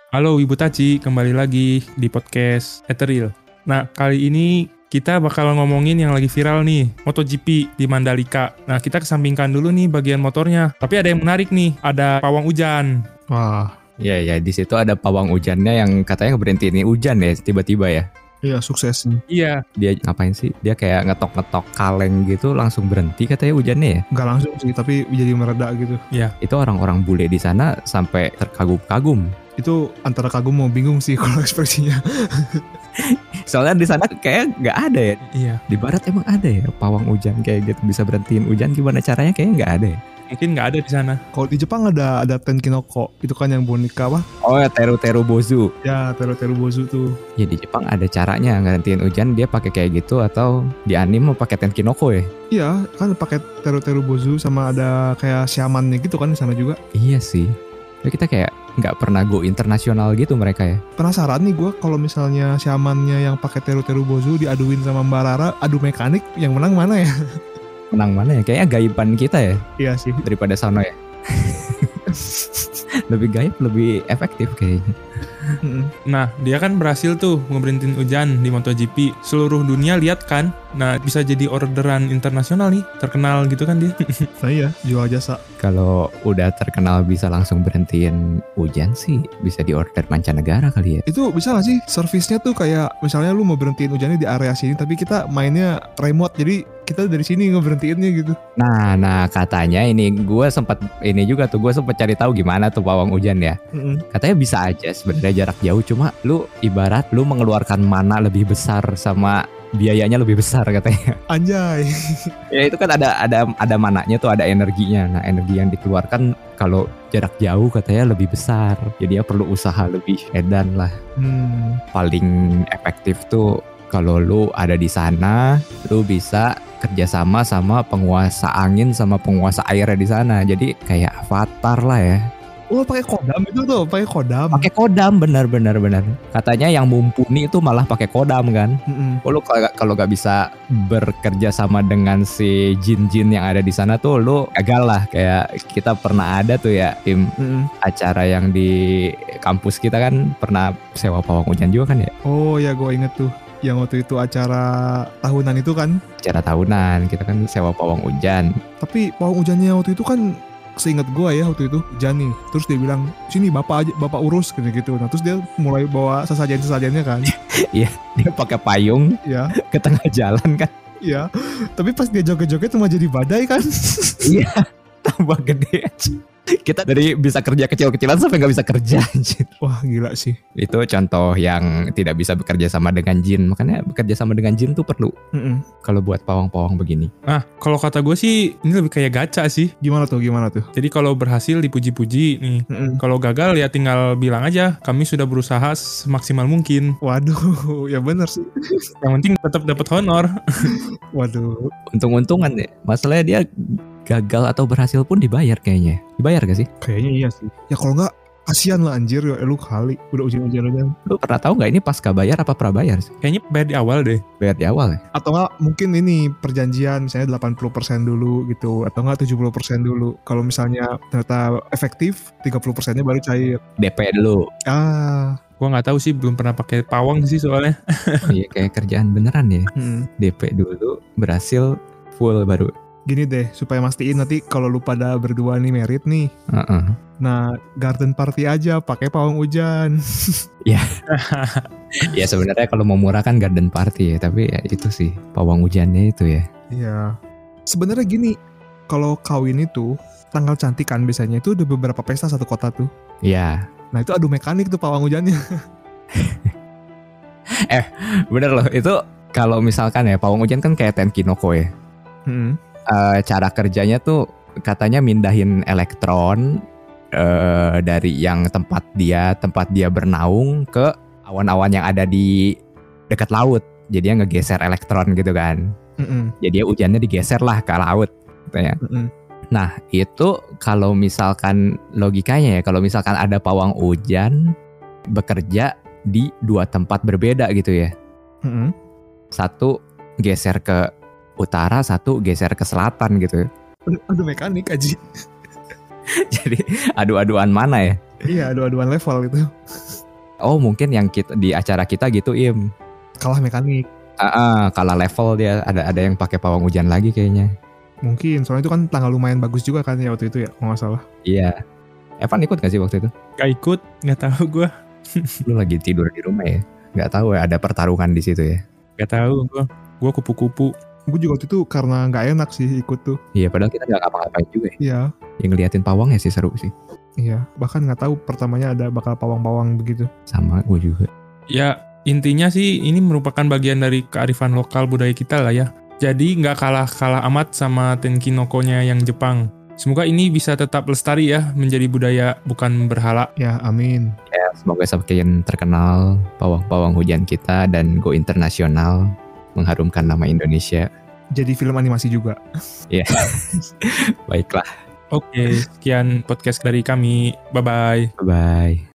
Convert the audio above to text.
Halo Ibu Taci, kembali lagi di podcast Ethereal. Nah, kali ini kita bakal ngomongin yang lagi viral nih, MotoGP di Mandalika. Nah, kita kesampingkan dulu nih bagian motornya. Tapi ada yang menarik nih, ada pawang hujan. Wah, Ya, di situ ada pawang hujannya yang katanya ngeberhentiin hujan ya, tiba-tiba ya. iya sukses nih. Iya, Dia ngapain sih? Dia kayak ngetok-ngetok kaleng gitu langsung berhenti katanya hujannya ya. Nggak langsung sih, tapi jadi mereda gitu. Itu orang-orang bule di sana sampai terkagum-kagum. Itu antara kagum mau bingung sih kalau ekspresinya. Soalnya di sana kayak nggak ada ya. iya. Di barat emang ada ya pawang hujan kayak gitu bisa berhentiin hujan, gimana caranya kayaknya nggak ada ya. Mungkin nggak ada di sana. Kalau di Jepang ada Tenkinoko, itu kan yang boneka apa? Oh ya, Teru Bozu. Ya, Teru Bozu tuh. Ya di Jepang ada caranya ngehentiin hujan, dia pakai kayak gitu, atau di anime mau pakai Tenkinoko ya. Iya, kan pakai Teru Bozu sama ada kayak shamannya gitu kan di sana juga. Iya sih. Tapi kita kayak nggak pernah go internasional gitu mereka ya. Penasaran nih gue kalau misalnya shamannya yang pakai Teru Bozu diaduin sama Mbak Rara, adu mekanik, yang menang mana ya? Menang mana ya? Kayaknya gaiban kita ya Iya sih. daripada sono ya. Lebih gaib, lebih efektif kayaknya. Nah, dia kan berhasil tuh ngeberhentiin hujan di MotoGP. Seluruh dunia lihat kan. Nah, bisa jadi orderan internasional nih. Terkenal gitu kan dia. Nah iya, jual jasa. Kalau udah terkenal bisa langsung berhentiin hujan sih, bisa diorder mancanegara kali ya. Itu bisa gak sih servisnya tuh kayak misalnya lu mau berhentiin hujannya di area sini tapi kita mainnya remote, jadi kita dari sini ngeberhentiinnya gitu. Nah katanya ini gue sempat cari tahu gimana tuh pawang hujan ya. Katanya bisa aja sebenarnya jarak jauh, cuma lu ibarat lu mengeluarkan mana lebih besar sama biayanya lebih besar katanya. Anjay. Ya itu kan ada mananya tuh, ada energinya. Nah, energi yang dikeluarkan kalau jarak jauh katanya lebih besar. Jadi ya perlu usaha lebih edan lah. Paling efektif tuh kalau lu ada di sana, lu bisa kerjasama sama penguasa angin sama penguasa airnya di sana. Jadi kayak Avatar lah ya. Oh, pakai kodam itu tuh, pakai kodam. Pakai kodam, benar. Katanya yang mumpuni itu malah pakai kodam kan. Oh, lu kalau nggak bisa bekerja sama dengan si jin-jin yang ada di sana tuh, lu gagal lah. Kayak kita pernah ada tuh ya tim acara yang di kampus kita kan pernah sewa pawang hujan juga kan ya. Oh ya, gue inget tuh. Yang waktu itu acara tahunan itu kan. Acara tahunan kita kan sewa pawang hujan. Tapi pawang hujannya waktu itu kan, seingat gue ya waktu itu hujan nih. Terus dia bilang, sini bapak urus gitu. Nah terus dia mulai bawa sesajen-sesajennya kan. Iya, dia pakai payung Iya. ke tengah jalan kan. Iya. Tapi pas dia joget-joget cuma jadi badai kan. Iya, tambah gede aja. Kita dari bisa kerja kecil-kecilan sampai nggak bisa kerja anjir. Wah gila sih. Itu contoh yang tidak bisa bekerja sama dengan jin. Makanya bekerja sama dengan jin tuh perlu kalau buat pawang-pawang begini. Nah, kalau kata gue sih ini lebih kayak gacha sih. Gimana tuh? Jadi kalau berhasil dipuji-puji nih. Kalau gagal ya tinggal bilang aja kami sudah berusaha semaksimal mungkin. Waduh, ya bener sih. Yang penting tetap dapat honor. Waduh. Untung-untungan ya. Masalahnya dia gagal atau berhasil pun dibayar kayaknya. Dibayar gak sih? Kayaknya iya sih. Ya kalau nggak, kasian lah anjir. Ya lu kali udah ujian-ujian. Lu pernah tahu nggak ini pasca bayar apa prabayar sih? Kayaknya bayar di awal deh. Bayar di awal ya? Atau nggak mungkin ini perjanjian misalnya 80% dulu gitu. Atau nggak 70% dulu. Kalau misalnya ternyata efektif, 30%-nya baru cair. DP dulu. Gua nggak tahu sih, belum pernah pakai pawang sih soalnya. Iya kayak kerjaan beneran ya. DP dulu, berhasil full baru. Gini deh, supaya mastiin nanti kalau lu pada berdua nih merit nih. Nah, garden party aja pakai pawang hujan. Ya. Ya sebenarnya kalau mau murah kan garden party ya, tapi ya itu sih pawang hujannya itu ya. Iya. Sebenarnya gini, kalau kawin itu tanggal cantik kan biasanya itu ada beberapa pesta satu kota tuh. Iya. Nah, itu adu mekanik tuh pawang hujannya. Bener loh, itu kalau misalkan ya pawang hujan kan kayak Tenkinoko ya. Cara kerjanya tuh katanya mindahin elektron dari yang tempat dia bernaung ke awan-awan yang ada di dekat laut. Jadi dia ngegeser elektron gitu kan. Jadi hujannya digeser lah ke laut katanya. Nah itu kalau misalkan logikanya ya, kalau misalkan ada pawang hujan bekerja di dua tempat berbeda gitu ya. Satu geser ke utara, satu geser ke selatan gitu. Aduh mekanik aja. Jadi adu-aduan mana ya? Iya, adu-aduan level gitu. Oh mungkin yang di acara kita gitu Im. Kalah mekanik. Kalah level dia. Ada yang pakai pawang hujan lagi kayaknya. Mungkin, soalnya itu kan tanggal lumayan bagus juga kan ya waktu itu ya, kalau nggak salah. Iya. Evan ikut gak sih waktu itu? Gak ikut, gak tahu gue. Lu lagi tidur di rumah ya? Gak tahu ya, ada pertarungan di situ ya? Gak tahu gue kupu-kupu. Gue juga waktu itu karena nggak enak sih ikut tuh. Iya, padahal kita nggak ngapa-ngapain juga ya. Iya. Yang ngeliatin pawangnya sih seru sih. Iya, bahkan nggak tahu pertamanya ada bakal pawang-pawang begitu. Sama gue juga. Ya intinya sih ini merupakan bagian dari kearifan lokal budaya kita lah ya. Jadi nggak kalah amat sama Tenkinoko-nya yang Jepang. Semoga ini bisa tetap lestari ya, menjadi budaya bukan berhala. Ya, amin. Ya, semoga semakin terkenal pawang-pawang hujan kita dan go internasional, mengharumkan nama Indonesia. Jadi film animasi juga. Ya, baiklah. Oke, sekian podcast dari kami. Bye-bye. Bye.